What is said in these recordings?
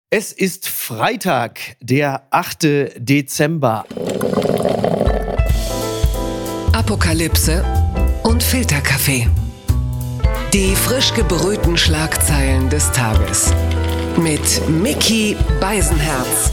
Es ist Freitag, der 8. Dezember. Apokalypse und Filterkaffee. Die frisch gebrühten Schlagzeilen des Tages. Mit Micky Beisenherz.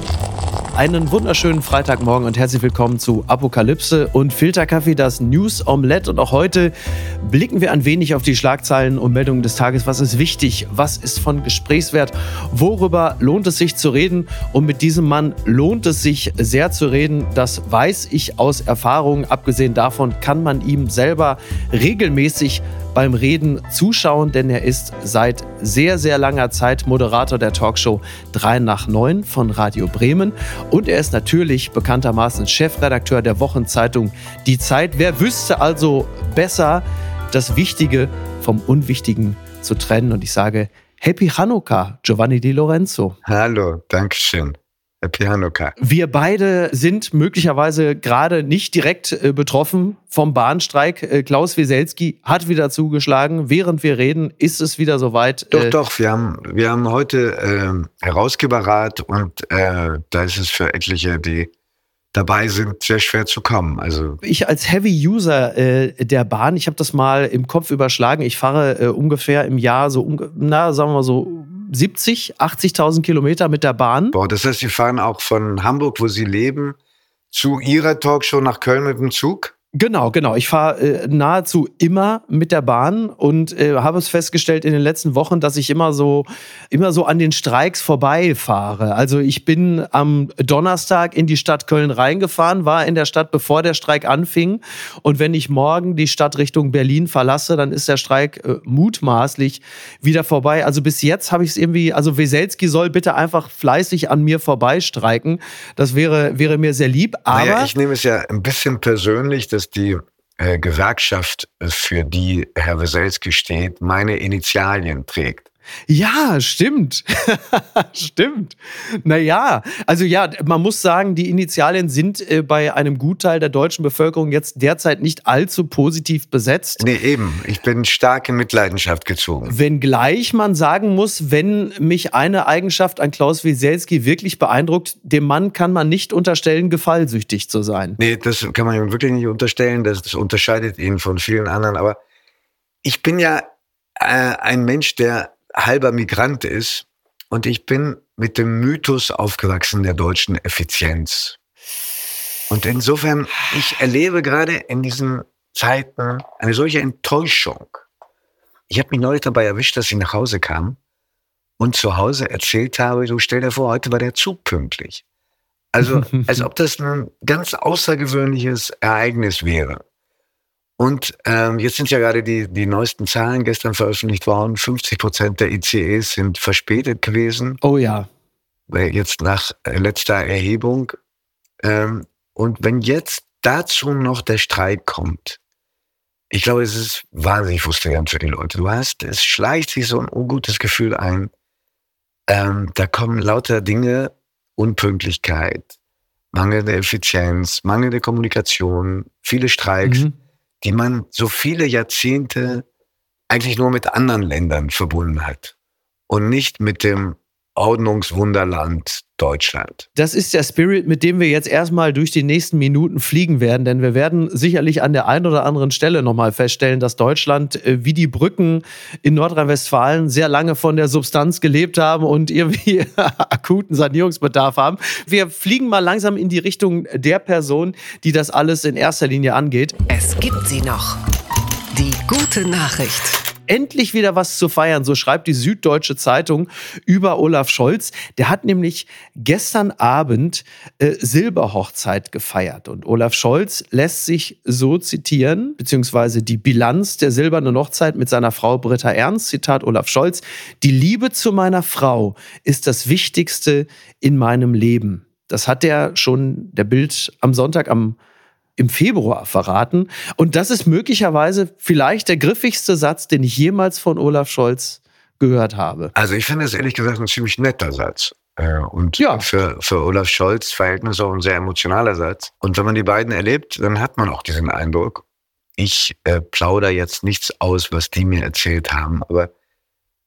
Einen wunderschönen Freitagmorgen und herzlich willkommen zu Apokalypse und Filterkaffee, das News Omelette. Und auch heute blicken wir ein wenig auf die Schlagzeilen und Meldungen des Tages. Was ist wichtig? Was ist von Gesprächswert? Worüber lohnt es sich zu reden? Und mit diesem Mann lohnt es sich sehr zu reden. Das weiß ich aus Erfahrung. Abgesehen davon kann man ihm selber regelmäßig beim Reden zuschauen, denn er ist seit sehr, sehr langer Zeit Moderator der Talkshow 3 nach 9 von Radio Bremen. Und er ist natürlich bekanntermaßen Chefredakteur der Wochenzeitung Die Zeit. Wer wüsste also besser, das Wichtige vom Unwichtigen zu trennen? Und ich sage Happy Hanukkah, Giovanni Di Lorenzo. Hallo, danke schön. Happy Hanukkah. Wir beide sind möglicherweise gerade nicht direkt betroffen vom Bahnstreik. Klaus Wieselski hat wieder zugeschlagen. Während wir reden, ist es wieder soweit. Doch, wir haben heute Herausgeberrat und da ist es für etliche, die dabei sind, sehr schwer zu kommen. Also ich als Heavy-User der Bahn, ich habe das mal im Kopf überschlagen. Ich fahre ungefähr im Jahr so, sagen wir mal so 80.000 Kilometer mit der Bahn. Boah, das heißt, Sie fahren auch von Hamburg, wo Sie leben, zu Ihrer Talkshow nach Köln mit dem Zug? Genau. Ich fahre nahezu immer mit der Bahn und habe es festgestellt in den letzten Wochen, dass ich immer so an den Streiks vorbeifahre. Also ich bin am Donnerstag in die Stadt Köln reingefahren, war in der Stadt, bevor der Streik anfing. Und wenn ich morgen die Stadt Richtung Berlin verlasse, dann ist der Streik mutmaßlich wieder vorbei. Also bis jetzt habe ich es irgendwie, also Wieselski soll bitte einfach fleißig an mir vorbeistreiken. Das wäre mir sehr lieb. Aber naja, ich nehme es ja ein bisschen persönlich, dass die Gewerkschaft, für die Herr Wieselski steht, meine Initialien trägt. Ja, stimmt. Stimmt. Naja, also ja, man muss sagen, die Initialien sind bei einem Gutteil der deutschen Bevölkerung jetzt derzeit nicht allzu positiv besetzt. Nee, eben. Ich bin stark in Mitleidenschaft gezogen. Wenngleich man sagen muss, wenn mich eine Eigenschaft an Klaus Wieselski wirklich beeindruckt, dem Mann kann man nicht unterstellen, gefallsüchtig zu sein. Nee, das kann man ihm wirklich nicht unterstellen. Das unterscheidet ihn von vielen anderen. Aber ich bin ja ein Mensch, der halber Migrant ist und ich bin mit dem Mythos aufgewachsen der deutschen Effizienz. Und insofern, ich erlebe gerade in diesen Zeiten eine solche Enttäuschung. Ich habe mich neulich dabei erwischt, dass ich nach Hause kam und zu Hause erzählt habe, du stell dir vor, heute war der Zug pünktlich. Also, als ob das ein ganz außergewöhnliches Ereignis wäre. Und jetzt sind ja gerade die neuesten Zahlen gestern veröffentlicht worden. 50% der ICEs sind verspätet gewesen. Oh ja. Jetzt nach letzter Erhebung. Und wenn jetzt dazu noch der Streik kommt, ich glaube, es ist wahnsinnig frustrierend für die Leute. Es schleicht sich so ein ungutes Gefühl ein. Da kommen lauter Dinge, Unpünktlichkeit, mangelnde Effizienz, mangelnde Kommunikation, viele Streiks, die man so viele Jahrzehnte eigentlich nur mit anderen Ländern verbunden hat und nicht mit dem Ordnungswunderland Deutschland. Das ist der Spirit, mit dem wir jetzt erstmal durch die nächsten Minuten fliegen werden, denn wir werden sicherlich an der einen oder anderen Stelle nochmal feststellen, dass Deutschland wie die Brücken in Nordrhein-Westfalen sehr lange von der Substanz gelebt haben und irgendwie akuten Sanierungsbedarf haben. Wir fliegen mal langsam in die Richtung der Person, die das alles in erster Linie angeht. Es gibt sie noch. Die gute Nachricht. Endlich wieder was zu feiern, so schreibt die Süddeutsche Zeitung über Olaf Scholz. Der hat nämlich gestern Abend Silberhochzeit gefeiert. Und Olaf Scholz lässt sich so zitieren, beziehungsweise die Bilanz der silbernen Hochzeit mit seiner Frau Britta Ernst. Zitat Olaf Scholz: Die Liebe zu meiner Frau ist das Wichtigste in meinem Leben. Das hat der Bild am Sonntag im Februar verraten. Und das ist möglicherweise vielleicht der griffigste Satz, den ich jemals von Olaf Scholz gehört habe. Also ich finde es ehrlich gesagt ein ziemlich netter Satz. Und ja, für Olaf Scholz Verhältnis auch ein sehr emotionaler Satz. Und wenn man die beiden erlebt, dann hat man auch diesen Eindruck. Ich plaudere jetzt nichts aus, was die mir erzählt haben, aber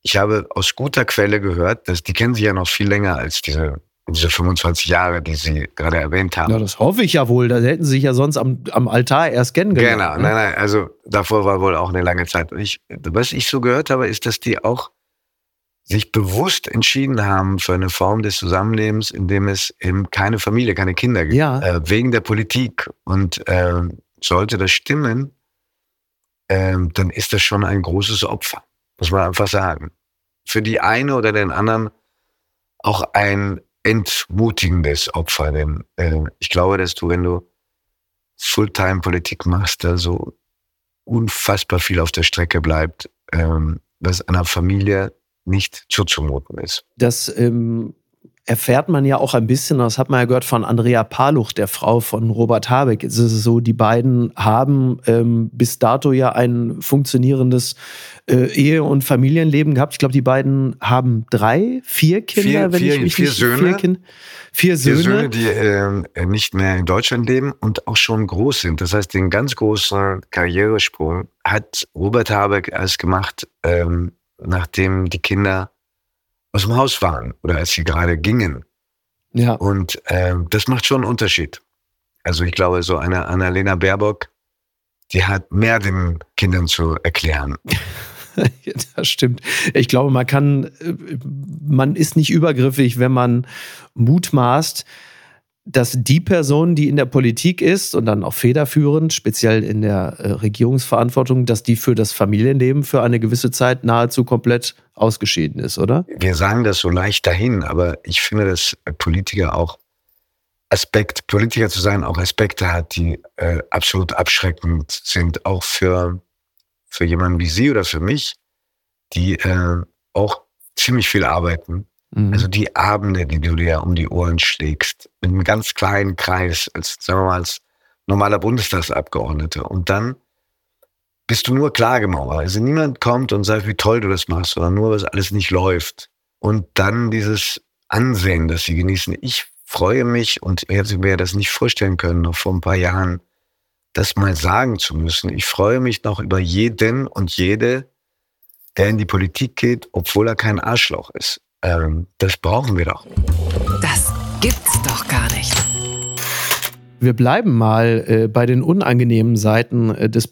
ich habe aus guter Quelle gehört, dass die kennen sie ja noch viel länger als diese 25 Jahre, die Sie gerade erwähnt haben. Ja, das hoffe ich ja wohl. Da hätten Sie sich ja sonst am Altar erst kennengelernt. Genau, nein, also davor war wohl auch eine lange Zeit. Was ich so gehört habe, ist, dass die auch sich bewusst entschieden haben für eine Form des Zusammenlebens, in dem es eben keine Familie, keine Kinder gibt, wegen der Politik. Und sollte das stimmen, dann ist das schon ein großes Opfer, muss man einfach sagen. Für die eine oder den anderen auch ein entmutigendes Opfer, denn ich glaube, dass du, wenn du Fulltime-Politik machst, da so unfassbar viel auf der Strecke bleibt, was einer Familie nicht zuzumuten ist. Das erfährt man ja auch ein bisschen, das hat man ja gehört von Andrea Paluch, der Frau von Robert Habeck. Es ist so, die beiden haben bis dato ja ein funktionierendes Ehe- und Familienleben gehabt. Ich glaube, die beiden haben 4 Kinder, vier Söhne. Vier Söhne, die nicht mehr in Deutschland leben und auch schon groß sind. Das heißt, den ganz großen Karrieresprung hat Robert Habeck erst gemacht, nachdem die Kinder aus dem Haus waren oder als sie gerade gingen. Ja. Und das macht schon einen Unterschied. Also ich glaube, so eine Annalena Baerbock, die hat mehr den Kindern zu erklären. Ja, das stimmt. Ich glaube, man ist nicht übergriffig, wenn man mutmaßt, dass die Person, die in der Politik ist und dann auch federführend, speziell in der Regierungsverantwortung, dass die für das Familienleben für eine gewisse Zeit nahezu komplett ausgeschieden ist, oder? Wir sagen das so leicht dahin, aber ich finde, dass Politiker zu sein auch Aspekte hat, die absolut abschreckend sind, auch für jemanden wie Sie oder für mich, die auch ziemlich viel arbeiten. Also die Abende, die du dir um die Ohren schlägst, mit einem ganz kleinen Kreis, als normaler Bundestagsabgeordneter. Und dann bist du nur klargemauert. Also niemand kommt und sagt, wie toll du das machst, sondern nur, was alles nicht läuft. Und dann dieses Ansehen, das sie genießen. Ich freue mich, und ich hätte mir das nicht vorstellen können, noch vor ein paar Jahren, das mal sagen zu müssen. Ich freue mich noch über jeden und jede, der in die Politik geht, obwohl er kein Arschloch ist. Das brauchen wir doch. Das gibt's doch gar nicht. Wir bleiben mal bei den unangenehmen Seiten des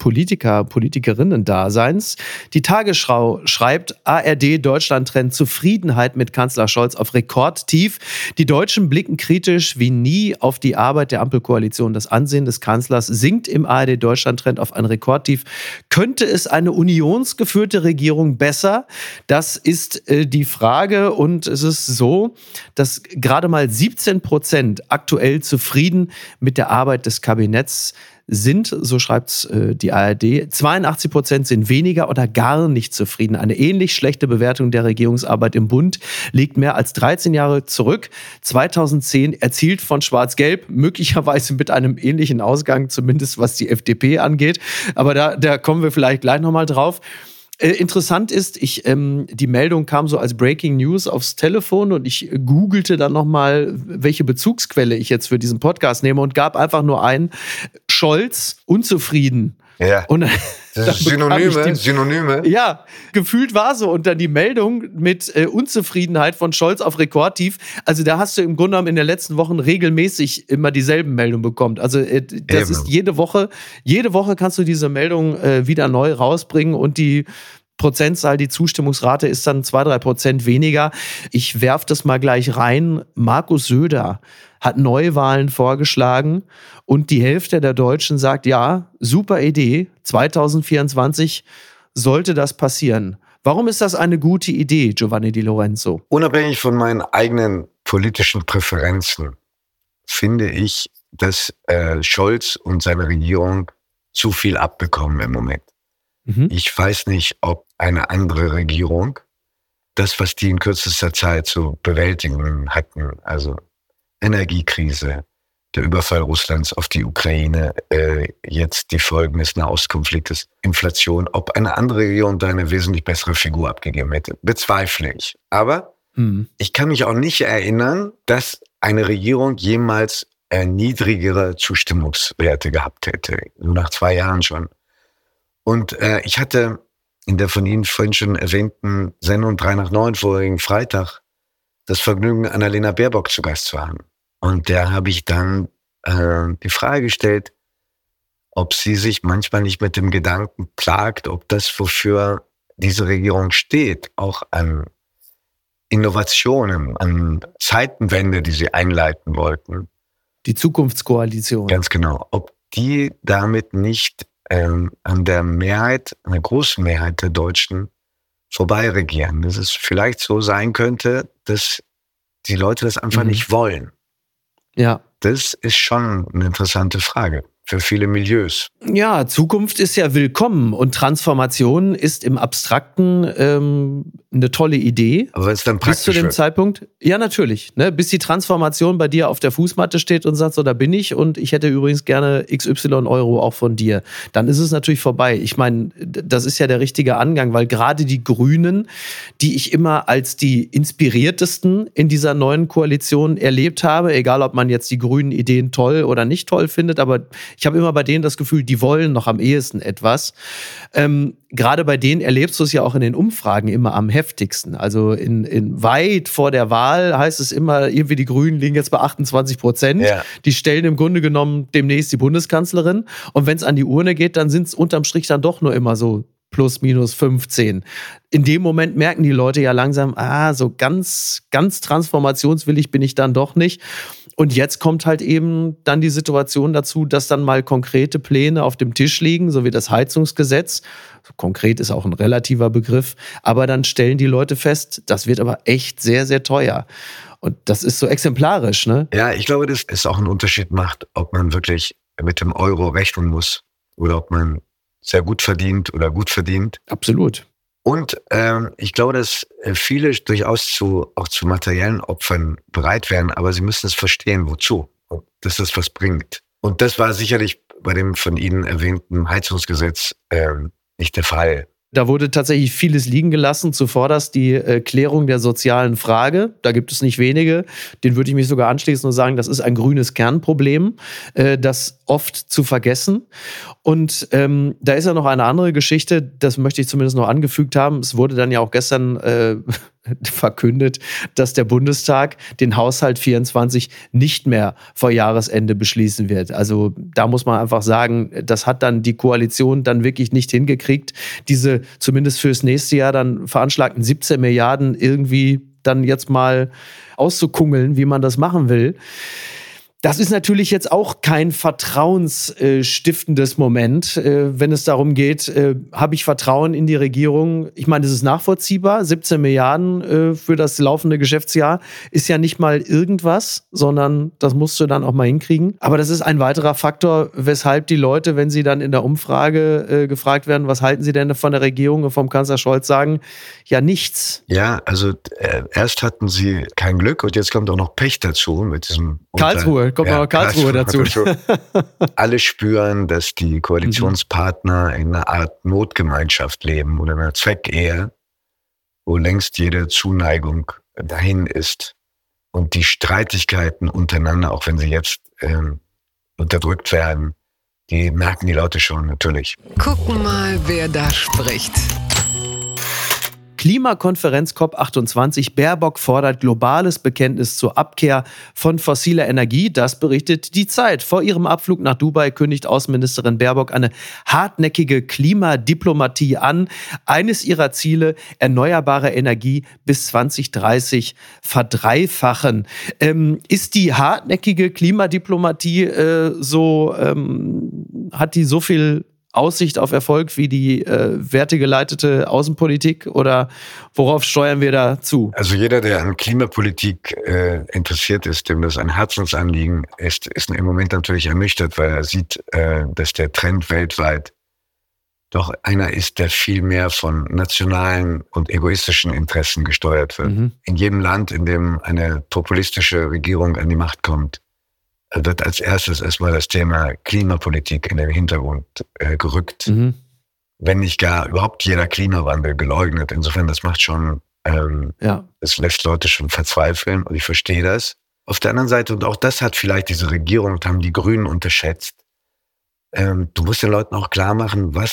Politikerinnen-Daseins. Die Tagesschau schreibt, ARD Deutschland-Trend Zufriedenheit mit Kanzler Scholz auf Rekordtief. Die Deutschen blicken kritisch wie nie auf die Arbeit der Ampelkoalition. Das Ansehen des Kanzlers sinkt im ARD Deutschland-Trend auf ein Rekordtief. Könnte es eine unionsgeführte Regierung besser? Das ist die Frage. Und es ist so, dass gerade mal 17% aktuell zufrieden mit der Arbeit des Kabinetts sind, so schreibt die ARD. 82% sind weniger oder gar nicht zufrieden. Eine ähnlich schlechte Bewertung der Regierungsarbeit im Bund liegt mehr als 13 Jahre zurück. 2010 erzielt von Schwarz-Gelb, möglicherweise mit einem ähnlichen Ausgang, zumindest was die FDP angeht. Aber da kommen wir vielleicht gleich nochmal drauf. Interessant ist, die Meldung kam so als Breaking News aufs Telefon und ich googelte dann nochmal, welche Bezugsquelle ich jetzt für diesen Podcast nehme und gab einfach nur ein: Scholz unzufrieden. Ja. Und das ist Synonyme. Ja, gefühlt war so. Und dann die Meldung mit Unzufriedenheit von Scholz auf Rekordtief. Also da hast du im Grunde genommen in den letzten Wochen regelmäßig immer dieselben Meldungen bekommen. Also das ist jede Woche kannst du diese Meldung wieder neu rausbringen und die Prozentzahl, die Zustimmungsrate ist dann 2-3% weniger. Ich werfe das mal gleich rein. Markus Söder hat Neuwahlen vorgeschlagen und die Hälfte der Deutschen sagt, ja, super Idee, 2024 sollte das passieren. Warum ist das eine gute Idee, Giovanni Di Lorenzo? Unabhängig von meinen eigenen politischen Präferenzen finde ich, dass Scholz und seine Regierung zu viel abbekommen im Moment. Ich weiß nicht, ob eine andere Regierung das, was die in kürzester Zeit zu bewältigen hatten, also Energiekrise, der Überfall Russlands auf die Ukraine, jetzt die Folgen des Nahostkonfliktes, Inflation, ob eine andere Regierung da eine wesentlich bessere Figur abgegeben hätte, bezweifle ich. Aber ich kann mich auch nicht erinnern, dass eine Regierung jemals niedrigere Zustimmungswerte gehabt hätte, nur nach 2 Jahren schon. Und ich hatte in der von Ihnen vorhin schon erwähnten Sendung 3 nach 9 vorigen Freitag das Vergnügen, Annalena Baerbock zu Gast zu haben. Und der habe ich dann die Frage gestellt, ob sie sich manchmal nicht mit dem Gedanken plagt, ob das, wofür diese Regierung steht, auch an Innovationen, an Zeitenwende, die sie einleiten wollten. Die Zukunftskoalition. Ganz genau. Ob die damit nicht an der Mehrheit, an der großen Mehrheit der Deutschen vorbeiregieren. Dass es vielleicht so sein könnte, dass die Leute das einfach nicht wollen. Ja. Das ist schon eine interessante Frage für viele Milieus. Ja, Zukunft ist ja willkommen und Transformation ist im Abstrakten eine tolle Idee. Aber wenn es dann praktisch bis zu dem wird. Zeitpunkt, ja natürlich, ne, bis die Transformation bei dir auf der Fußmatte steht und sagt, so da bin ich und ich hätte übrigens gerne XY Euro auch von dir, dann ist es natürlich vorbei. Ich meine, das ist ja der richtige Angang, weil gerade die Grünen, die ich immer als die inspiriertesten in dieser neuen Koalition erlebt habe, egal ob man jetzt die grünen Ideen toll oder nicht toll findet, aber ich habe immer bei denen das Gefühl, die wollen noch am ehesten etwas. Gerade bei denen erlebst du es ja auch in den Umfragen immer am heftigsten. Also in weit vor der Wahl heißt es immer, irgendwie die Grünen liegen jetzt bei 28%. Ja. Die stellen im Grunde genommen demnächst die Bundeskanzlerin. Und wenn es an die Urne geht, dann sind es unterm Strich dann doch nur immer so plus minus 15. In dem Moment merken die Leute ja langsam, so ganz transformationswillig bin ich dann doch nicht. Und jetzt kommt halt eben dann die Situation dazu, dass dann mal konkrete Pläne auf dem Tisch liegen, so wie das Heizungsgesetz. Konkret ist auch ein relativer Begriff. Aber dann stellen die Leute fest, das wird aber echt sehr, sehr teuer. Und das ist so exemplarisch, ne? Ja, ich glaube, dass es auch einen Unterschied macht, ob man wirklich mit dem Euro rechnen muss oder ob man sehr gut verdient oder gut verdient. Absolut. Und ich glaube, dass viele durchaus auch zu materiellen Opfern bereit wären, aber sie müssen es verstehen, wozu und dass das was bringt. Und das war sicherlich bei dem von Ihnen erwähnten Heizungsgesetz nicht der Fall. Da wurde tatsächlich vieles liegen gelassen. Zuvorderst die Klärung der sozialen Frage. Da gibt es nicht wenige. Den würde ich mich sogar anschließen und sagen, das ist ein grünes Kernproblem, das oft zu vergessen. Und da ist ja noch eine andere Geschichte, das möchte ich zumindest noch angefügt haben. Es wurde dann ja auch gestern verkündet, dass der Bundestag den Haushalt 24 nicht mehr vor Jahresende beschließen wird. Also da muss man einfach sagen, das hat dann die Koalition dann wirklich nicht hingekriegt, diese zumindest fürs nächste Jahr dann veranschlagten 17 Milliarden irgendwie dann jetzt mal auszukungeln, wie man das machen will. Das ist natürlich jetzt auch kein vertrauensstiftendes Moment, wenn es darum geht, habe ich Vertrauen in die Regierung? Ich meine, das ist nachvollziehbar. 17 Milliarden für das laufende Geschäftsjahr ist ja nicht mal irgendwas, sondern das musst du dann auch mal hinkriegen. Aber das ist ein weiterer Faktor, weshalb die Leute, wenn sie dann in der Umfrage gefragt werden, was halten sie denn von der Regierung und vom Kanzler Scholz, sagen, ja nichts. Ja, also erst hatten sie kein Glück und jetzt kommt auch noch Pech dazu mit diesem Karlsruhe. Kommt noch Karlsruhe dazu. Alle spüren, dass die Koalitionspartner in einer Art Notgemeinschaft leben oder einer Zweckehe, wo längst jede Zuneigung dahin ist. Und die Streitigkeiten untereinander, auch wenn sie jetzt unterdrückt werden, die merken die Leute schon natürlich. Gucken mal, wer da spricht. Klimakonferenz COP28. Baerbock fordert globales Bekenntnis zur Abkehr von fossiler Energie. Das berichtet die Zeit. Vor ihrem Abflug nach Dubai kündigt Außenministerin Baerbock eine hartnäckige Klimadiplomatie an. Eines ihrer Ziele, erneuerbare Energie bis 2030 verdreifachen. Ist die hartnäckige Klimadiplomatie hat die so viel Aussicht auf Erfolg wie die wertegeleitete Außenpolitik oder worauf steuern wir da zu? Also jeder, der an Klimapolitik interessiert ist, dem das ein Herzensanliegen ist im Moment natürlich ernüchtert, weil er sieht, dass der Trend weltweit doch einer ist, der viel mehr von nationalen und egoistischen Interessen gesteuert wird. In jedem Land, in dem eine populistische Regierung an die Macht kommt, wird als erstes erstmal das Thema Klimapolitik in den Hintergrund gerückt. Wenn nicht gar überhaupt jeder Klimawandel geleugnet. Insofern, das macht schon, das lässt Leute schon verzweifeln und ich verstehe das. Auf der anderen Seite, und auch das hat vielleicht diese Regierung, haben die Grünen unterschätzt, du musst den Leuten auch klar machen, was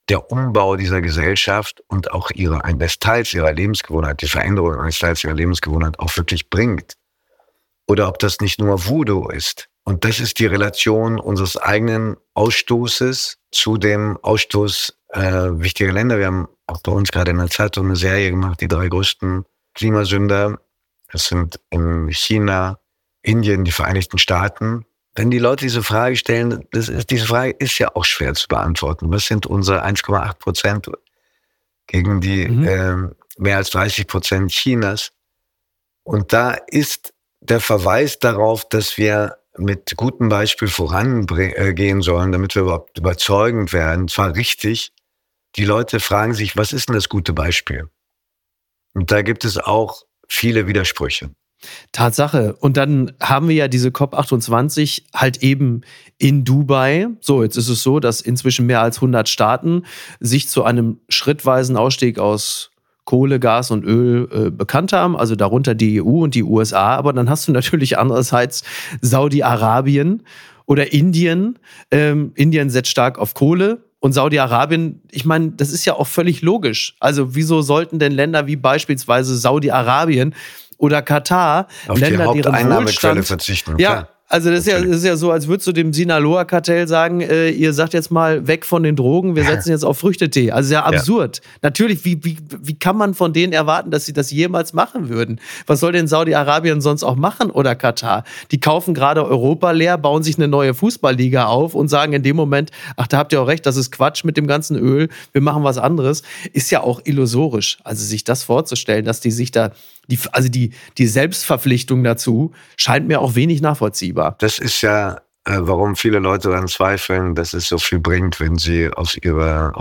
der Umbau dieser Gesellschaft und auch eines Teils ihrer Lebensgewohnheit, die Veränderung eines Teils ihrer Lebensgewohnheit auch wirklich bringt. Oder ob das nicht nur Voodoo ist. Und das ist die Relation unseres eigenen Ausstoßes zu dem Ausstoß wichtiger Länder. Wir haben auch bei uns gerade in der Zeitung eine Serie gemacht, die 3 größten Klimasünder. Das sind in China, Indien, die Vereinigten Staaten. Wenn die Leute diese Frage stellen, diese Frage ist ja auch schwer zu beantworten. Was sind unsere 1,8% gegen die mehr als 30% Chinas? Und da ist der Verweis darauf, dass wir mit gutem Beispiel vorangehen sollen, damit wir überhaupt überzeugend werden, zwar richtig. Die Leute fragen sich, was ist denn das gute Beispiel? Und da gibt es auch viele Widersprüche. Tatsache. Und dann haben wir ja diese COP28 halt eben in Dubai. So, jetzt ist es so, dass inzwischen mehr als 100 Staaten sich zu einem schrittweisen Ausstieg aus Kohle, Gas und Öl bekannt haben, also darunter die EU und die USA. Aber dann hast du natürlich andererseits Saudi-Arabien oder Indien. Indien setzt stark auf Kohle. Und Saudi-Arabien, ich meine, das ist ja auch völlig logisch. Also wieso sollten denn Länder wie beispielsweise Saudi-Arabien oder Katar auf Länder, die Haupteinnahmequelle verzichten? Ja, klar. Also das ist ja so, als würdest du dem Sinaloa-Kartell sagen, ihr sagt jetzt mal weg von den Drogen, wir setzen jetzt auf Früchtetee. Also sehr absurd. Ja. Natürlich, wie kann man von denen erwarten, dass sie das jemals machen würden? Was soll denn Saudi-Arabien sonst auch machen oder Katar? Die kaufen gerade Europa leer, bauen sich eine neue Fußballliga auf und sagen in dem Moment, ach, da habt ihr auch recht, das ist Quatsch mit dem ganzen Öl, wir machen was anderes. Ist ja auch illusorisch. Also sich das vorzustellen, dass die sich da die Selbstverpflichtung dazu scheint mir auch wenig nachvollziehbar. Das ist ja, warum viele Leute daran zweifeln, dass es so viel bringt, wenn sie auf ihre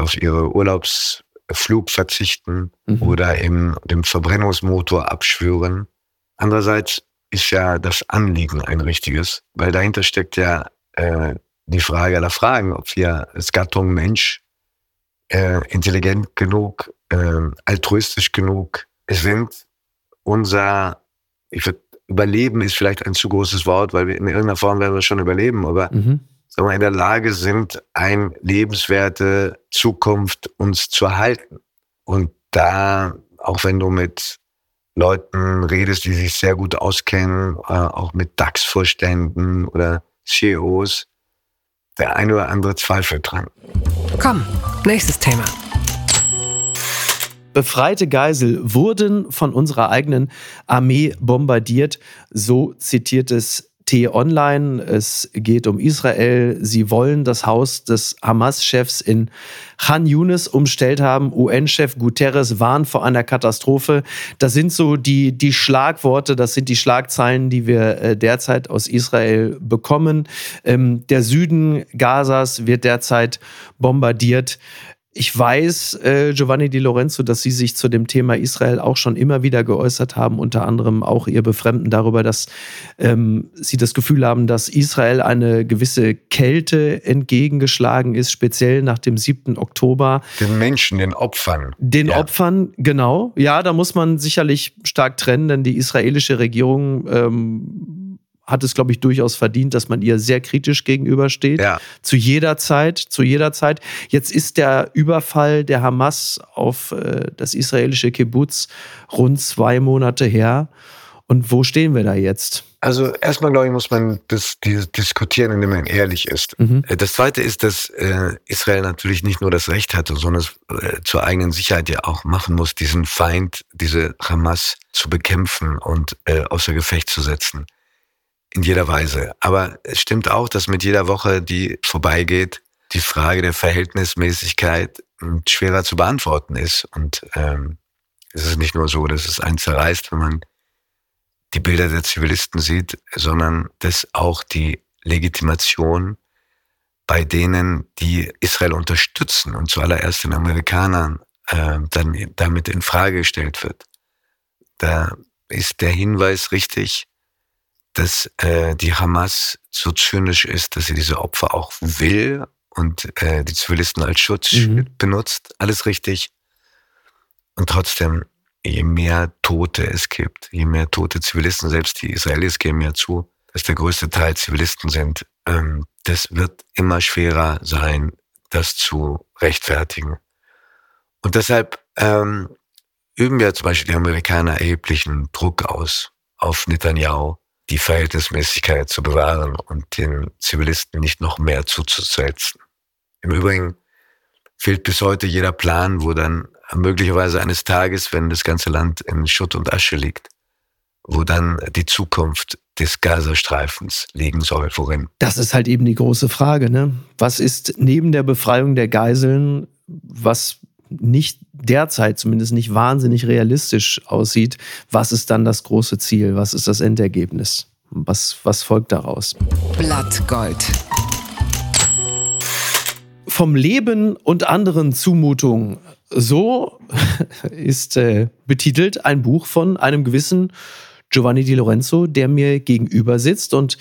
Urlaubsflug verzichten oder dem Verbrennungsmotor abschwören. Andererseits ist ja das Anliegen ein richtiges, weil dahinter steckt ja die Frage aller Fragen, ob wir als Gattung Mensch intelligent genug, altruistisch genug sind. Überleben ist vielleicht ein zu großes Wort, weil wir in irgendeiner Form werden wir schon überleben, aber sagen wir, in der Lage sind, eine lebenswerte Zukunft uns zu erhalten. Und da, auch wenn du mit Leuten redest, die sich sehr gut auskennen, auch mit DAX-Vorständen oder CEOs, der eine oder andere Zweifel dran. Komm, nächstes Thema. Befreite Geisel wurden von unserer eigenen Armee bombardiert. So zitiert es T-Online. Es geht um Israel. Sie wollen das Haus des Hamas-Chefs in Khan Yunis umstellt haben. UN-Chef Guterres warnt vor einer Katastrophe. Das sind so die Schlagworte, das sind die Schlagzeilen, die wir derzeit aus Israel bekommen. Der Süden Gazas wird derzeit bombardiert. Ich weiß, Giovanni Di Lorenzo, dass Sie sich zu dem Thema Israel auch schon immer wieder geäußert haben, unter anderem auch Ihr Befremden darüber, dass Sie das Gefühl haben, dass Israel eine gewisse Kälte entgegengeschlagen ist, speziell nach dem 7. Oktober. Den Menschen, den Opfern. Den Opfern, genau. Ja, da muss man sicherlich stark trennen, denn die israelische Regierung hat es, glaube ich, durchaus verdient, dass man ihr sehr kritisch gegenübersteht. Ja. Zu jeder Zeit. Jetzt ist der Überfall der Hamas auf das israelische Kibbutz rund 2 Monate her. Und wo stehen wir da jetzt? Also erstmal, glaube ich, muss man das diskutieren, indem man ehrlich ist. Das Zweite ist, dass Israel natürlich nicht nur das Recht hatte, sondern es zur eigenen Sicherheit ja auch machen muss, diesen Feind, diese Hamas zu bekämpfen und außer Gefecht zu setzen. In jeder Weise. Aber es stimmt auch, dass mit jeder Woche, die vorbeigeht, die Frage der Verhältnismäßigkeit schwerer zu beantworten ist. Und es ist nicht nur so, dass es einen zerreißt, wenn man die Bilder der Zivilisten sieht, sondern dass auch die Legitimation bei denen, die Israel unterstützen und zuallererst den Amerikanern dann damit in Frage gestellt wird. Da ist der Hinweis richtig, dass die Hamas so zynisch ist, dass sie diese Opfer auch will und die Zivilisten als Schutz benutzt. Alles richtig. Und trotzdem, je mehr Tote es gibt, je mehr tote Zivilisten, selbst die Israelis geben ja zu, dass der größte Teil Zivilisten sind, das wird immer schwerer sein, das zu rechtfertigen. Und deshalb üben ja zum Beispiel die Amerikaner erheblichen Druck aus auf Netanyahu, die Verhältnismäßigkeit zu bewahren und den Zivilisten nicht noch mehr zuzusetzen. Im Übrigen fehlt bis heute jeder Plan, wo dann möglicherweise eines Tages, wenn das ganze Land in Schutt und Asche liegt, wo dann die Zukunft des Gazastreifens liegen soll, worin? Das ist halt eben die große Frage, ne? Was ist neben der Befreiung der Geiseln, was nicht derzeit zumindest nicht wahnsinnig realistisch aussieht, was ist dann das große Ziel? Was ist das Endergebnis? Was folgt daraus? Blattgold. Vom Leben und anderen Zumutungen. So ist betitelt ein Buch von einem gewissen Giovanni Di Lorenzo, der mir gegenüber sitzt und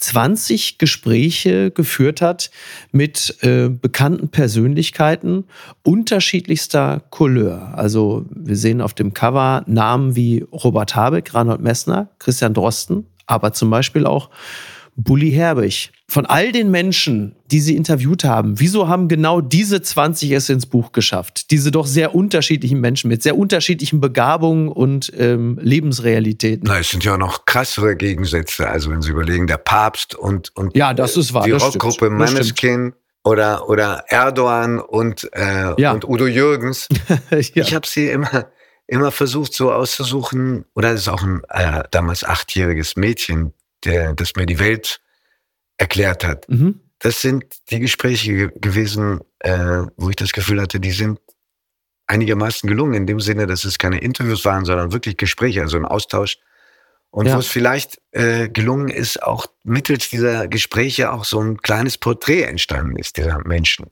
20 Gespräche geführt hat mit bekannten Persönlichkeiten unterschiedlichster Couleur. Also wir sehen auf dem Cover Namen wie Robert Habeck, Reinhold Messner, Christian Drosten, aber zum Beispiel auch Bully Herbig. Von all den Menschen, die sie interviewt haben, wieso haben genau diese 20 es ins Buch geschafft? Diese doch sehr unterschiedlichen Menschen mit sehr unterschiedlichen Begabungen und Lebensrealitäten. Na, es sind ja auch noch krassere Gegensätze. Also wenn Sie überlegen, der Papst und ja, das ist wahr, die das Rockgruppe Måneskin oder Erdogan und Udo Jürgens. Ja. Ich habe sie immer versucht so auszusuchen, oder es ist auch ein damals 8-jähriges Mädchen, das mir die Welt erklärt hat. Mhm. Das sind die Gespräche gewesen, wo ich das Gefühl hatte, die sind einigermaßen gelungen, in dem Sinne, dass es keine Interviews waren, sondern wirklich Gespräche, also ein Austausch. Und wo es vielleicht gelungen ist, auch mittels dieser Gespräche auch so ein kleines Porträt entstanden ist, dieser Menschen.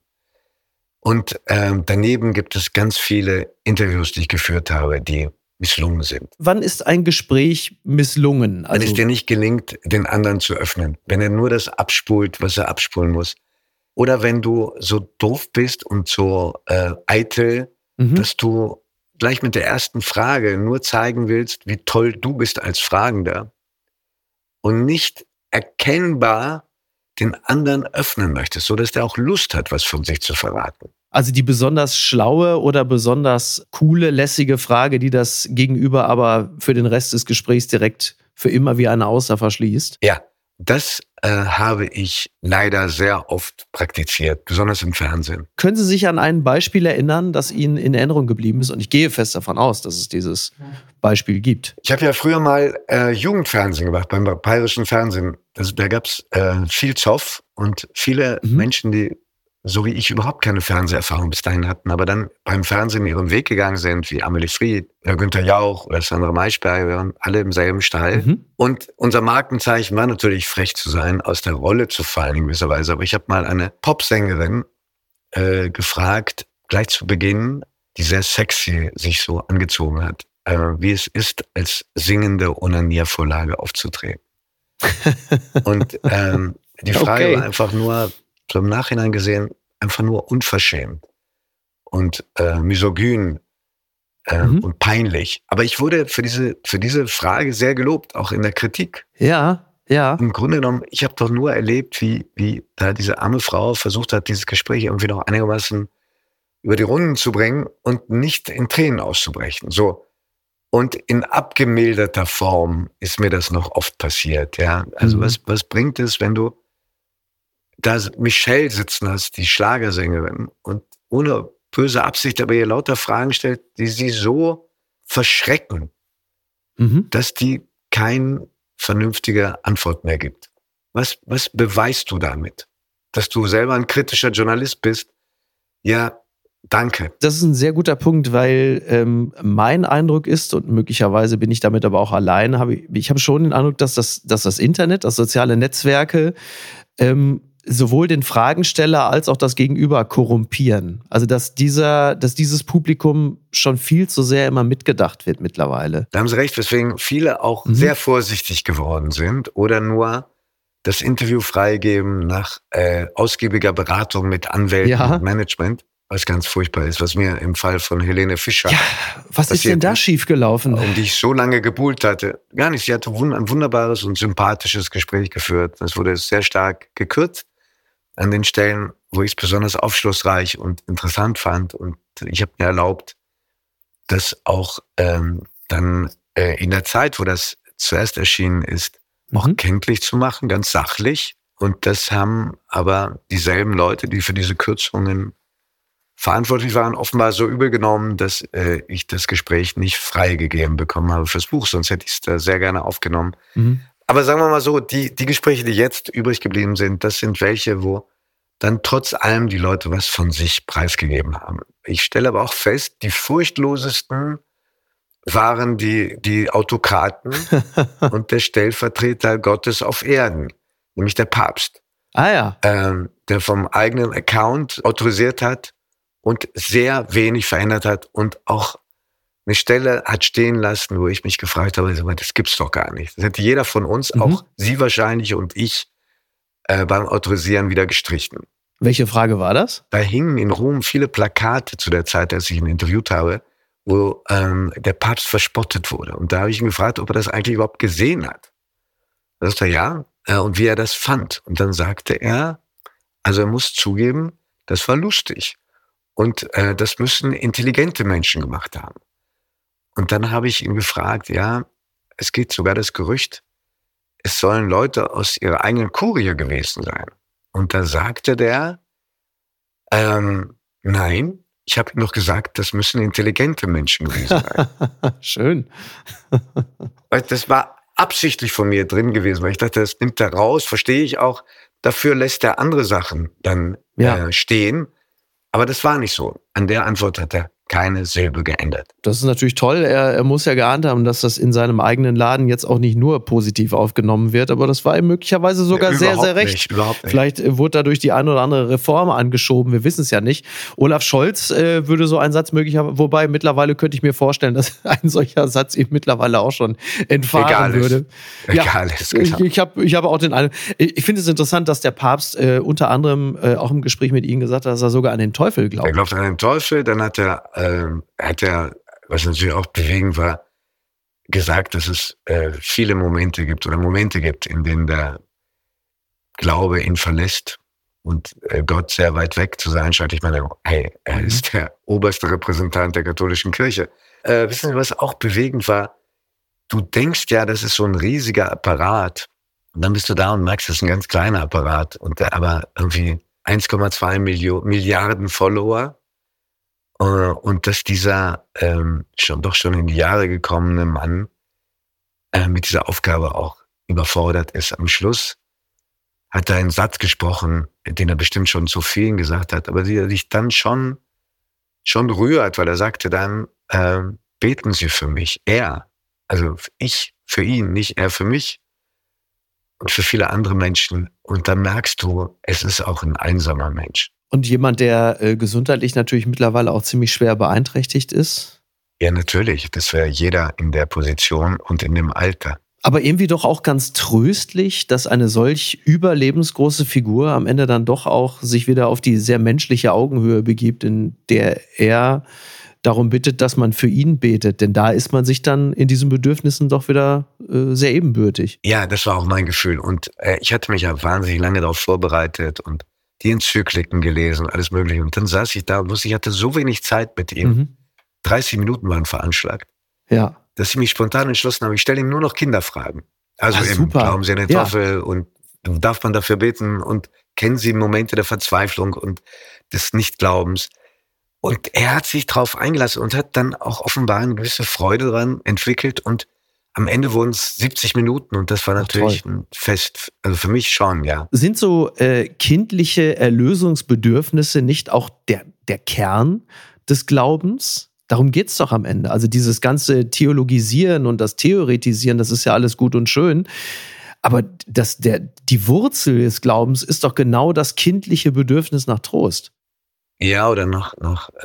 Und daneben gibt es ganz viele Interviews, die ich geführt habe, die misslungen sind. Wann ist ein Gespräch misslungen? Wenn es dir nicht gelingt, den anderen zu öffnen. Wenn er nur das abspult, was er abspulen muss. Oder wenn du so doof bist und so eitel, dass du gleich mit der ersten Frage nur zeigen willst, wie toll du bist als Fragender und nicht erkennbar den anderen öffnen möchtest, sodass der auch Lust hat, was von sich zu verraten. Also die besonders schlaue oder besonders coole, lässige Frage, die das Gegenüber aber für den Rest des Gesprächs direkt für immer wie eine Auster verschließt? Ja, das habe ich leider sehr oft praktiziert, besonders im Fernsehen. Können Sie sich an ein Beispiel erinnern, das Ihnen in Erinnerung geblieben ist? Und ich gehe fest davon aus, dass es dieses Beispiel gibt. Ich habe ja früher mal Jugendfernsehen gemacht, beim Bayerischen Fernsehen. Da gab es viel Zoff und viele Menschen, die so wie ich überhaupt keine Fernseherfahrung bis dahin hatten, aber dann beim Fernsehen ihren Weg gegangen sind, wie Amelie Fried oder Günther Jauch oder Sandra Maischberger, wir waren alle im selben Stall. Und unser Markenzeichen war natürlich, frech zu sein, aus der Rolle zu fallen in gewisser Weise. Aber ich habe mal eine Popsängerin gefragt, gleich zu Beginn, die sehr sexy sich so angezogen hat, wie es ist, als singende Onaniervorlage aufzutreten. Und die Frage war einfach nur, so im Nachhinein gesehen, einfach nur unverschämt und misogyn und peinlich. Aber ich wurde für diese Frage sehr gelobt, auch in der Kritik. Ja. Im Grunde genommen, ich habe doch nur erlebt, wie da diese arme Frau versucht hat, dieses Gespräch irgendwie noch einigermaßen über die Runden zu bringen und nicht in Tränen auszubrechen. So. Und in abgemilderter Form ist mir das noch oft passiert. Ja, also was bringt es, wenn du da Michelle sitzen hast, die Schlagersängerin, und ohne böse Absicht aber ihr lauter Fragen stellt, die sie so verschrecken, dass die keine vernünftige Antwort mehr gibt. Was beweist du damit? Dass du selber ein kritischer Journalist bist? Ja, danke. Das ist ein sehr guter Punkt, weil mein Eindruck ist, und möglicherweise bin ich damit aber auch allein, ich habe schon den Eindruck, dass das Internet, dass soziale Netzwerke sowohl den Fragensteller als auch das Gegenüber korrumpieren. Also dass dieses Publikum schon viel zu sehr immer mitgedacht wird mittlerweile. Da haben Sie recht, weswegen viele auch sehr vorsichtig geworden sind oder nur das Interview freigeben nach ausgiebiger Beratung mit Anwälten und Management, was ganz furchtbar ist, was mir im Fall von Helene Fischer was ist denn da schiefgelaufen? Um die ich so lange gebuhlt hatte. Gar nicht, sie hatte ein wunderbares und sympathisches Gespräch geführt. Es wurde sehr stark gekürzt an den Stellen, wo ich es besonders aufschlussreich und interessant fand. Und ich habe mir erlaubt, das auch dann in der Zeit, wo das zuerst erschienen ist, auch kenntlich zu machen, ganz sachlich. Und das haben aber dieselben Leute, die für diese Kürzungen verantwortlich waren, offenbar so übel genommen, dass ich das Gespräch nicht freigegeben bekommen habe fürs Buch. Sonst hätte ich es da sehr gerne aufgenommen. Aber sagen wir mal so, die Gespräche, die jetzt übrig geblieben sind, das sind welche, wo dann trotz allem die Leute was von sich preisgegeben haben. Ich stelle aber auch fest, die furchtlosesten waren die Autokraten und der Stellvertreter Gottes auf Erden, nämlich der Papst. Der vom eigenen Account autorisiert hat und sehr wenig verändert hat und auch eine Stelle hat stehen lassen, wo ich mich gefragt habe, das gibt's doch gar nicht. Das hätte jeder von uns, auch Sie wahrscheinlich und ich, beim Autorisieren wieder gestrichen. Welche Frage war das? Da hingen in Rom viele Plakate zu der Zeit, als ich ihn interviewt habe, wo der Papst verspottet wurde. Und da habe ich ihn gefragt, ob er das eigentlich überhaupt gesehen hat. Da sagte er ja, und wie er das fand. Und dann sagte er, also er muss zugeben, das war lustig. Und das müssen intelligente Menschen gemacht haben. Und dann habe ich ihn gefragt, ja, es geht sogar das Gerücht, es sollen Leute aus ihrer eigenen Kurie gewesen sein. Und da sagte der, nein, ich habe ihm doch gesagt, das müssen intelligente Menschen gewesen sein. Schön. Das war absichtlich von mir drin gewesen, weil ich dachte, das nimmt er raus, verstehe ich auch. Dafür lässt er andere Sachen dann stehen. Aber das war nicht so. An der Antwort hat er keine Silbe geändert. Das ist natürlich toll. Er muss ja geahnt haben, dass das in seinem eigenen Laden jetzt auch nicht nur positiv aufgenommen wird, aber das war ihm möglicherweise sogar sehr, sehr recht. Überhaupt nicht. Vielleicht wurde dadurch die eine oder andere Reform angeschoben, wir wissen es ja nicht. Olaf Scholz würde so einen Satz möglicherweise, wobei mittlerweile könnte ich mir vorstellen, dass ein solcher Satz ihm mittlerweile auch schon entfahren würde. Egal ist. Ich habe auch den Eindruck, ich finde es interessant, dass der Papst unter anderem auch im Gespräch mit Ihnen gesagt hat, dass er sogar an den Teufel glaubt. Er glaubt an den Teufel, dann hat er, was natürlich auch bewegend war, gesagt, dass es viele Momente gibt, in denen der Glaube ihn verlässt und Gott sehr weit weg zu sein scheint. Ich meine, hey, er ist der oberste Repräsentant der katholischen Kirche. Wissen Sie, was auch bewegend war? Du denkst ja, das ist so ein riesiger Apparat. Und dann bist du da und merkst, das ist ein ganz kleiner Apparat. Und aber irgendwie 1,2 Milliarden Follower. Und dass dieser schon in die Jahre gekommene Mann mit dieser Aufgabe auch überfordert ist. Am Schluss hat er einen Satz gesprochen, den er bestimmt schon zu vielen gesagt hat, aber der sich dann schon rührt, weil er sagte dann, beten Sie für mich. Also ich für ihn, nicht er für mich und für viele andere Menschen. Und dann merkst du, es ist auch ein einsamer Mensch. Und jemand, der gesundheitlich natürlich mittlerweile auch ziemlich schwer beeinträchtigt ist? Ja, natürlich. Das wäre jeder in der Position und in dem Alter. Aber irgendwie doch auch ganz tröstlich, dass eine solch überlebensgroße Figur am Ende dann doch auch sich wieder auf die sehr menschliche Augenhöhe begibt, in der er darum bittet, dass man für ihn betet. Denn da ist man sich dann in diesen Bedürfnissen doch wieder sehr ebenbürtig. Ja, das war auch mein Gefühl. Und ich hatte mich ja wahnsinnig lange darauf vorbereitet und die Enzykliken gelesen, alles Mögliche. Und dann saß ich da und wusste, ich hatte so wenig Zeit mit ihm. 30 Minuten waren veranschlagt. Ja. Dass ich mich spontan entschlossen habe, ich stelle ihm nur noch Kinderfragen. Also eben, super. Glauben Sie an den Teufel und darf man dafür beten und kennen Sie Momente der Verzweiflung und des Nichtglaubens. Und er hat sich drauf eingelassen und hat dann auch offenbar eine gewisse Freude daran entwickelt und am Ende wurden es 70 Minuten und das war natürlich ein Fest. Also für mich schon, ja. Sind so kindliche Erlösungsbedürfnisse nicht auch der Kern des Glaubens? Darum geht's doch am Ende. Also dieses ganze Theologisieren und das Theoretisieren, das ist ja alles gut und schön. Aber die Wurzel des Glaubens ist doch genau das kindliche Bedürfnis nach Trost. Ja, oder noch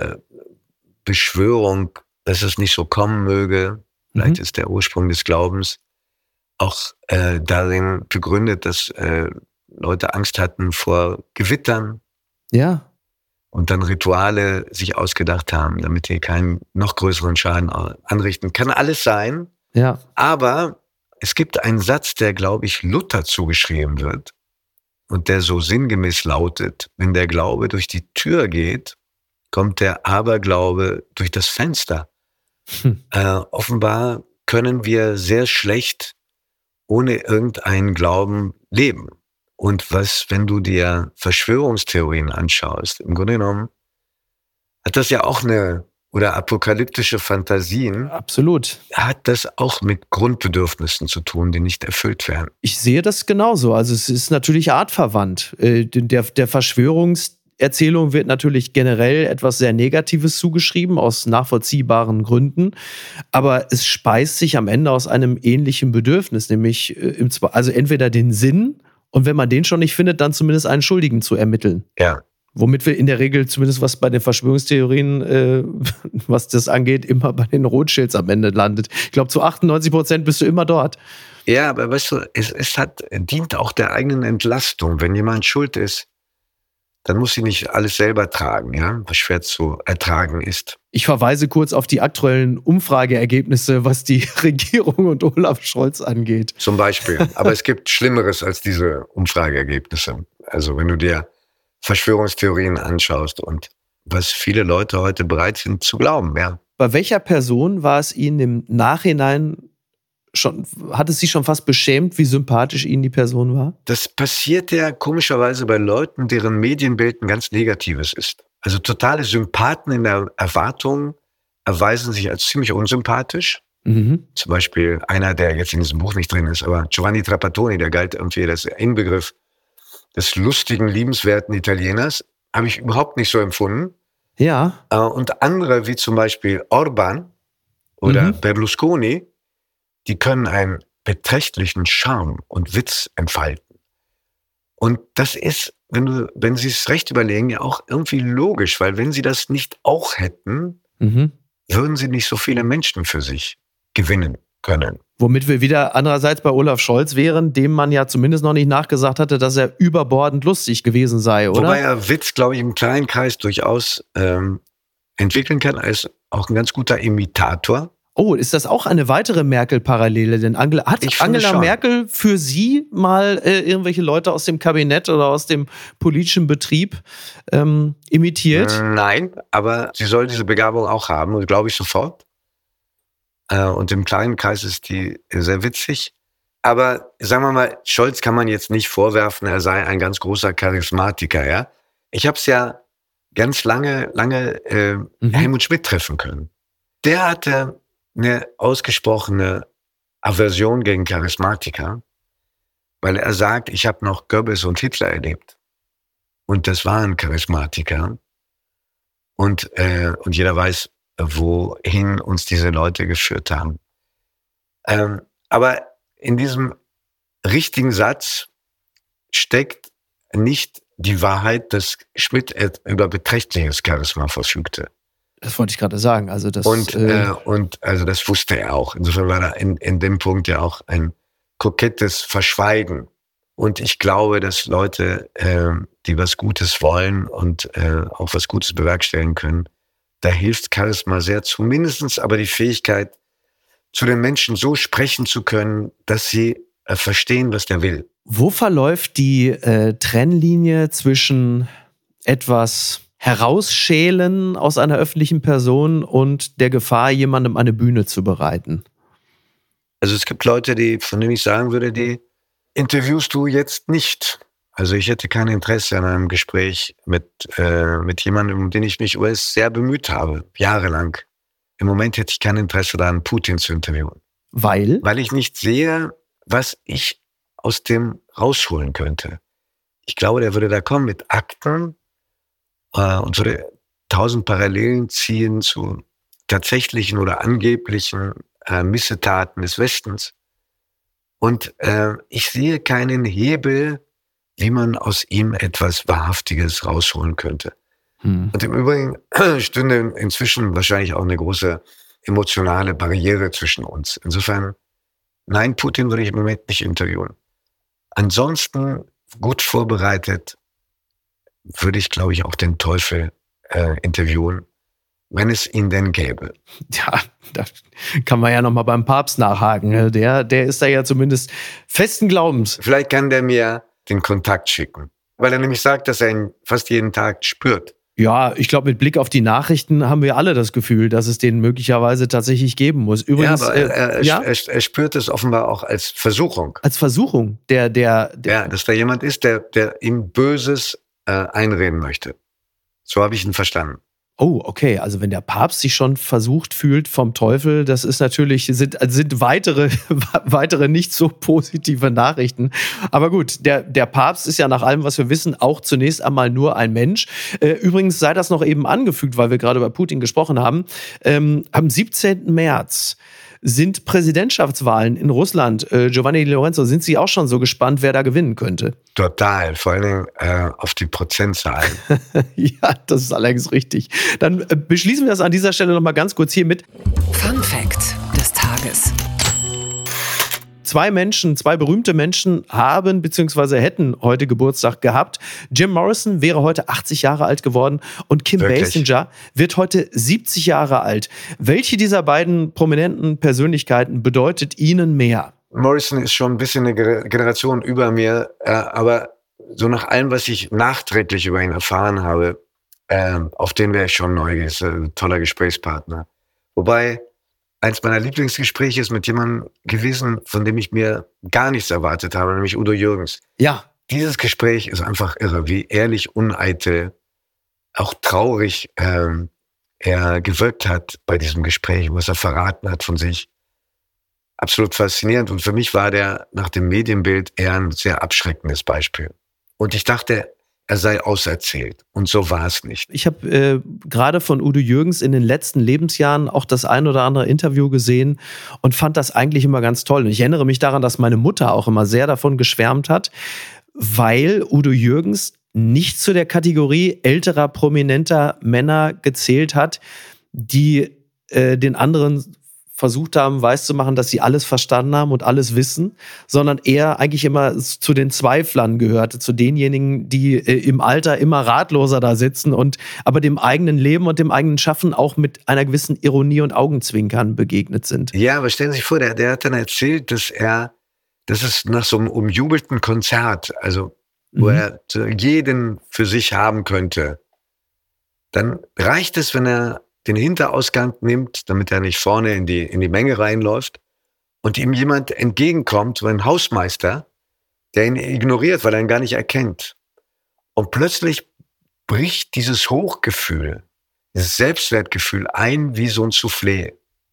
Beschwörung, dass es nicht so kommen möge. Vielleicht ist der Ursprung des Glaubens auch darin begründet, dass Leute Angst hatten vor Gewittern. Ja. Und dann Rituale sich ausgedacht haben, damit die keinen noch größeren Schaden anrichten. Kann alles sein. Ja. Aber es gibt einen Satz, der, glaube ich, Luther zugeschrieben wird. und der so sinngemäß lautet: Wenn der Glaube durch die Tür geht, kommt der Aberglaube durch das Fenster. Offenbar können wir sehr schlecht ohne irgendeinen Glauben leben. Und wenn du dir Verschwörungstheorien anschaust, im Grunde genommen hat das ja auch oder apokalyptische Fantasien. Absolut. Hat das auch mit Grundbedürfnissen zu tun, die nicht erfüllt werden. Ich sehe das genauso. Also es ist natürlich artverwandt. Der Verschwörungserzählung wird natürlich generell etwas sehr Negatives zugeschrieben, aus nachvollziehbaren Gründen. Aber es speist sich am Ende aus einem ähnlichen Bedürfnis, nämlich also entweder den Sinn, und wenn man den schon nicht findet, dann zumindest einen Schuldigen zu ermitteln. Ja. Womit wir in der Regel, zumindest was bei den Verschwörungstheorien, was das angeht, immer bei den Rothschilds am Ende landet. Ich glaube, zu 98% bist du immer dort. Ja, aber weißt du, es dient auch der eigenen Entlastung. Wenn jemand schuld ist, dann muss sie nicht alles selber tragen, ja, was schwer zu ertragen ist. Ich verweise kurz auf die aktuellen Umfrageergebnisse, was die Regierung und Olaf Scholz angeht. Zum Beispiel. Aber es gibt Schlimmeres als diese Umfrageergebnisse. Also wenn du dir Verschwörungstheorien anschaust und was viele Leute heute bereit sind zu glauben, ja. Bei welcher Person war es Ihnen im Nachhinein hat es Sie schon fast beschämt, wie sympathisch Ihnen die Person war? Das passiert ja komischerweise bei Leuten, deren Medienbild ein ganz negatives ist. Also totale Sympathen in der Erwartung erweisen sich als ziemlich unsympathisch. Mhm. Zum Beispiel einer, der jetzt in diesem Buch nicht drin ist, aber Giovanni Trapattoni, der galt irgendwie als Inbegriff des lustigen, liebenswerten Italieners, habe ich überhaupt nicht so empfunden. Ja. Und andere, wie zum Beispiel Orban oder Berlusconi, die können einen beträchtlichen Charme und Witz entfalten. Und das ist, wenn Sie es recht überlegen, ja auch irgendwie logisch, weil wenn Sie das nicht auch hätten, würden Sie nicht so viele Menschen für sich gewinnen können. Womit wir wieder andererseits bei Olaf Scholz wären, dem man ja zumindest noch nicht nachgesagt hatte, dass er überbordend lustig gewesen sei, oder? Wobei er Witz, glaube ich, im kleinen Kreis durchaus entwickeln kann. Er ist auch ein ganz guter Imitator. Oh, ist das auch eine weitere Merkel-Parallele? Denn hat Angela Merkel für Sie mal irgendwelche Leute aus dem Kabinett oder aus dem politischen Betrieb imitiert? Nein, aber sie soll diese Begabung auch haben, und glaube ich sofort. Und im kleinen Kreis ist die sehr witzig. Aber sagen wir mal, Scholz kann man jetzt nicht vorwerfen, er sei ein ganz großer Charismatiker. Ja? Ich habe es ja ganz lange Helmut Schmidt treffen können. Der hatte eine ausgesprochene Aversion gegen Charismatiker, weil er sagt, ich habe noch Goebbels und Hitler erlebt. Und das waren Charismatiker. Und jeder weiß, wohin uns diese Leute geführt haben. Aber in diesem richtigen Satz steckt nicht die Wahrheit, dass Schmidt über beträchtliches Charisma verfügte. Das wollte ich gerade sagen. Also das, und also das wusste er auch. Insofern war da in dem Punkt ja auch ein kokettes Verschweigen. Und ich glaube, dass Leute, die was Gutes wollen und auch was Gutes bewerkstelligen können, da hilft Charisma sehr, zumindest aber die Fähigkeit, zu den Menschen so sprechen zu können, dass sie verstehen, was der will. Wo verläuft die Trennlinie zwischen etwas herausschälen aus einer öffentlichen Person und der Gefahr, jemandem eine Bühne zu bereiten? Also es gibt Leute, von denen ich sagen würde, die interviewst du jetzt nicht. Also ich hätte kein Interesse an einem Gespräch mit jemandem, um den ich mich sehr bemüht habe, jahrelang. Im Moment hätte ich kein Interesse daran, Putin zu interviewen. Weil? Weil ich nicht sehe, was ich aus dem rausholen könnte. Ich glaube, der würde da kommen mit Akten und würde 1000 Parallelen ziehen zu tatsächlichen oder angeblichen Missetaten des Westens. Und ich sehe keinen Hebel, wie man aus ihm etwas Wahrhaftiges rausholen könnte. Und im Übrigen stünde inzwischen wahrscheinlich auch eine große emotionale Barriere zwischen uns. Insofern, nein, Putin würde ich im Moment nicht interviewen. Ansonsten, gut vorbereitet, würde ich, glaube ich, auch den Teufel interviewen, wenn es ihn denn gäbe. Ja, da kann man ja noch mal beim Papst nachhaken. Der ist da ja zumindest festen Glaubens. Vielleicht kann der mir den Kontakt schicken. Weil er nämlich sagt, dass er ihn fast jeden Tag spürt. Ja, ich glaube, mit Blick auf die Nachrichten haben wir alle das Gefühl, dass es den möglicherweise tatsächlich geben muss. Übrigens, ja, aber er spürt es offenbar auch als Versuchung. Als Versuchung, Ja, dass da jemand ist, der ihm Böses einreden möchte. So habe ich ihn verstanden. Oh, okay. Also wenn der Papst sich schon versucht fühlt vom Teufel, das ist natürlich, sind weitere nicht so positive Nachrichten. Aber gut, der Papst ist ja nach allem, was wir wissen, auch zunächst einmal nur ein Mensch. Übrigens sei das noch eben angefügt, weil wir gerade über Putin gesprochen haben. Am 17. März sind Präsidentschaftswahlen in Russland. Giovanni Di Lorenzo, sind Sie auch schon so gespannt, wer da gewinnen könnte? Total, vor allen Dingen auf die Prozentzahlen. Ja, das ist allerdings richtig. Dann beschließen wir das an dieser Stelle nochmal ganz kurz hier mit Fun Fact des Tages. Zwei berühmte Menschen haben bzw. hätten heute Geburtstag gehabt. Jim Morrison wäre heute 80 Jahre alt geworden und Kim Basinger wird heute 70 Jahre alt. Welche dieser beiden prominenten Persönlichkeiten bedeutet Ihnen mehr? Morrison ist schon ein bisschen eine Generation über mir, aber so nach allem, was ich nachträglich über ihn erfahren habe, auf den wäre ich schon neugierig. Ist ein toller Gesprächspartner. Wobei eins meiner Lieblingsgespräche ist mit jemandem gewesen, von dem ich mir gar nichts erwartet habe, nämlich Udo Jürgens. Ja. Dieses Gespräch ist einfach irre, wie ehrlich, uneitel, auch traurig er gewirkt hat bei diesem Gespräch, was er verraten hat von sich. Absolut faszinierend. Und für mich war der nach dem Medienbild eher ein sehr abschreckendes Beispiel. Und ich dachte, er sei auserzählt. Und so war es nicht. Ich habe gerade von Udo Jürgens in den letzten Lebensjahren auch das ein oder andere Interview gesehen und fand das eigentlich immer ganz toll. Und ich erinnere mich daran, dass meine Mutter auch immer sehr davon geschwärmt hat, weil Udo Jürgens nicht zu der Kategorie älterer, prominenter Männer gezählt hat, die den anderen versucht haben, weiszumachen, dass sie alles verstanden haben und alles wissen, sondern eher eigentlich immer zu den Zweiflern gehörte, zu denjenigen, die im Alter immer ratloser da sitzen und aber dem eigenen Leben und dem eigenen Schaffen auch mit einer gewissen Ironie und Augenzwinkern begegnet sind. Ja, aber stellen Sie sich vor, der hat dann erzählt, dass es nach so einem umjubelten Konzert, also wo er jeden für sich haben könnte, dann reicht es, wenn er den Hinterausgang nimmt, damit er nicht vorne in die Menge reinläuft und ihm jemand entgegenkommt, so ein Hausmeister, der ihn ignoriert, weil er ihn gar nicht erkennt. Und plötzlich bricht dieses Hochgefühl, dieses Selbstwertgefühl ein wie so ein Soufflé.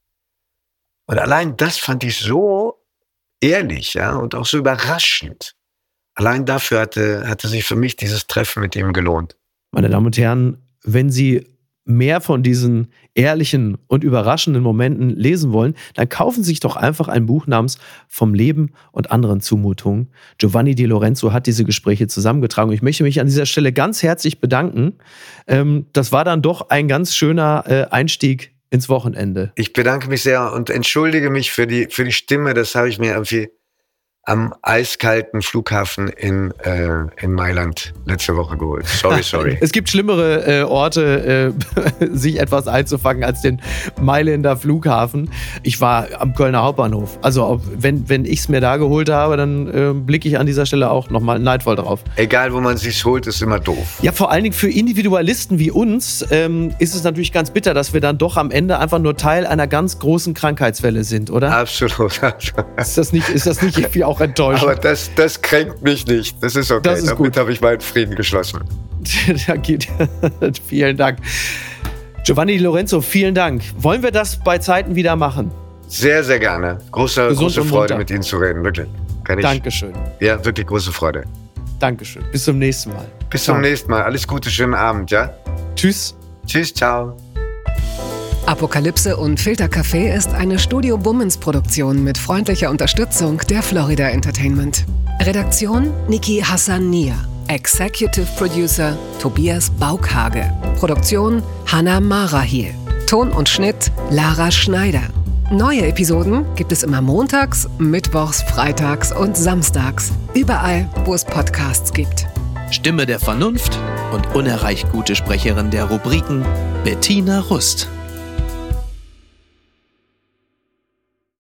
Und allein das fand ich so ehrlich, ja, und auch so überraschend. Allein dafür hatte sich für mich dieses Treffen mit ihm gelohnt. Meine Damen und Herren, wenn Sie mehr von diesen ehrlichen und überraschenden Momenten lesen wollen, dann kaufen Sie sich doch einfach ein Buch namens Vom Leben und anderen Zumutungen. Giovanni Di Lorenzo hat diese Gespräche zusammengetragen. Und ich möchte mich an dieser Stelle ganz herzlich bedanken. Das war dann doch ein ganz schöner Einstieg ins Wochenende. Ich bedanke mich sehr und entschuldige mich für die Stimme. Das habe ich mir irgendwie am eiskalten Flughafen in Mailand letzte Woche geholt. Sorry. Es gibt schlimmere Orte, sich etwas einzufangen als den Mailänder Flughafen. Ich war am Kölner Hauptbahnhof. Also wenn ich es mir da geholt habe, dann blicke ich an dieser Stelle auch nochmal neidvoll drauf. Egal, wo man es sich holt, ist immer doof. Ja, vor allen Dingen für Individualisten wie uns ist es natürlich ganz bitter, dass wir dann doch am Ende einfach nur Teil einer ganz großen Krankheitswelle sind, oder? Absolut. Ist das nicht irgendwie auch enttäuschend? Aber das kränkt mich nicht. Das ist okay. Das ist gut. Damit habe ich meinen Frieden geschlossen. Da geht. Vielen Dank. Giovanni Di Lorenzo, vielen Dank. Wollen wir das bei Zeiten wieder machen? Sehr, sehr gerne. Große Freude, mit Ihnen zu reden, wirklich. Dankeschön. Ja, wirklich große Freude. Dankeschön. Bis zum nächsten Mal. Bis zum nächsten Mal. Alles Gute, schönen Abend, ja? Tschüss. Tschüss, ciao. Apokalypse und Filtercafé ist eine Studio Bummens Produktion mit freundlicher Unterstützung der Florida Entertainment. Redaktion Niki Hassania. Executive Producer Tobias Baukhage. Produktion Hannah Marahiel. Ton und Schnitt Lara Schneider. Neue Episoden gibt es immer montags, mittwochs, freitags und samstags. Überall, wo es Podcasts gibt. Stimme der Vernunft und unerreicht gute Sprecherin der Rubriken Bettina Rust.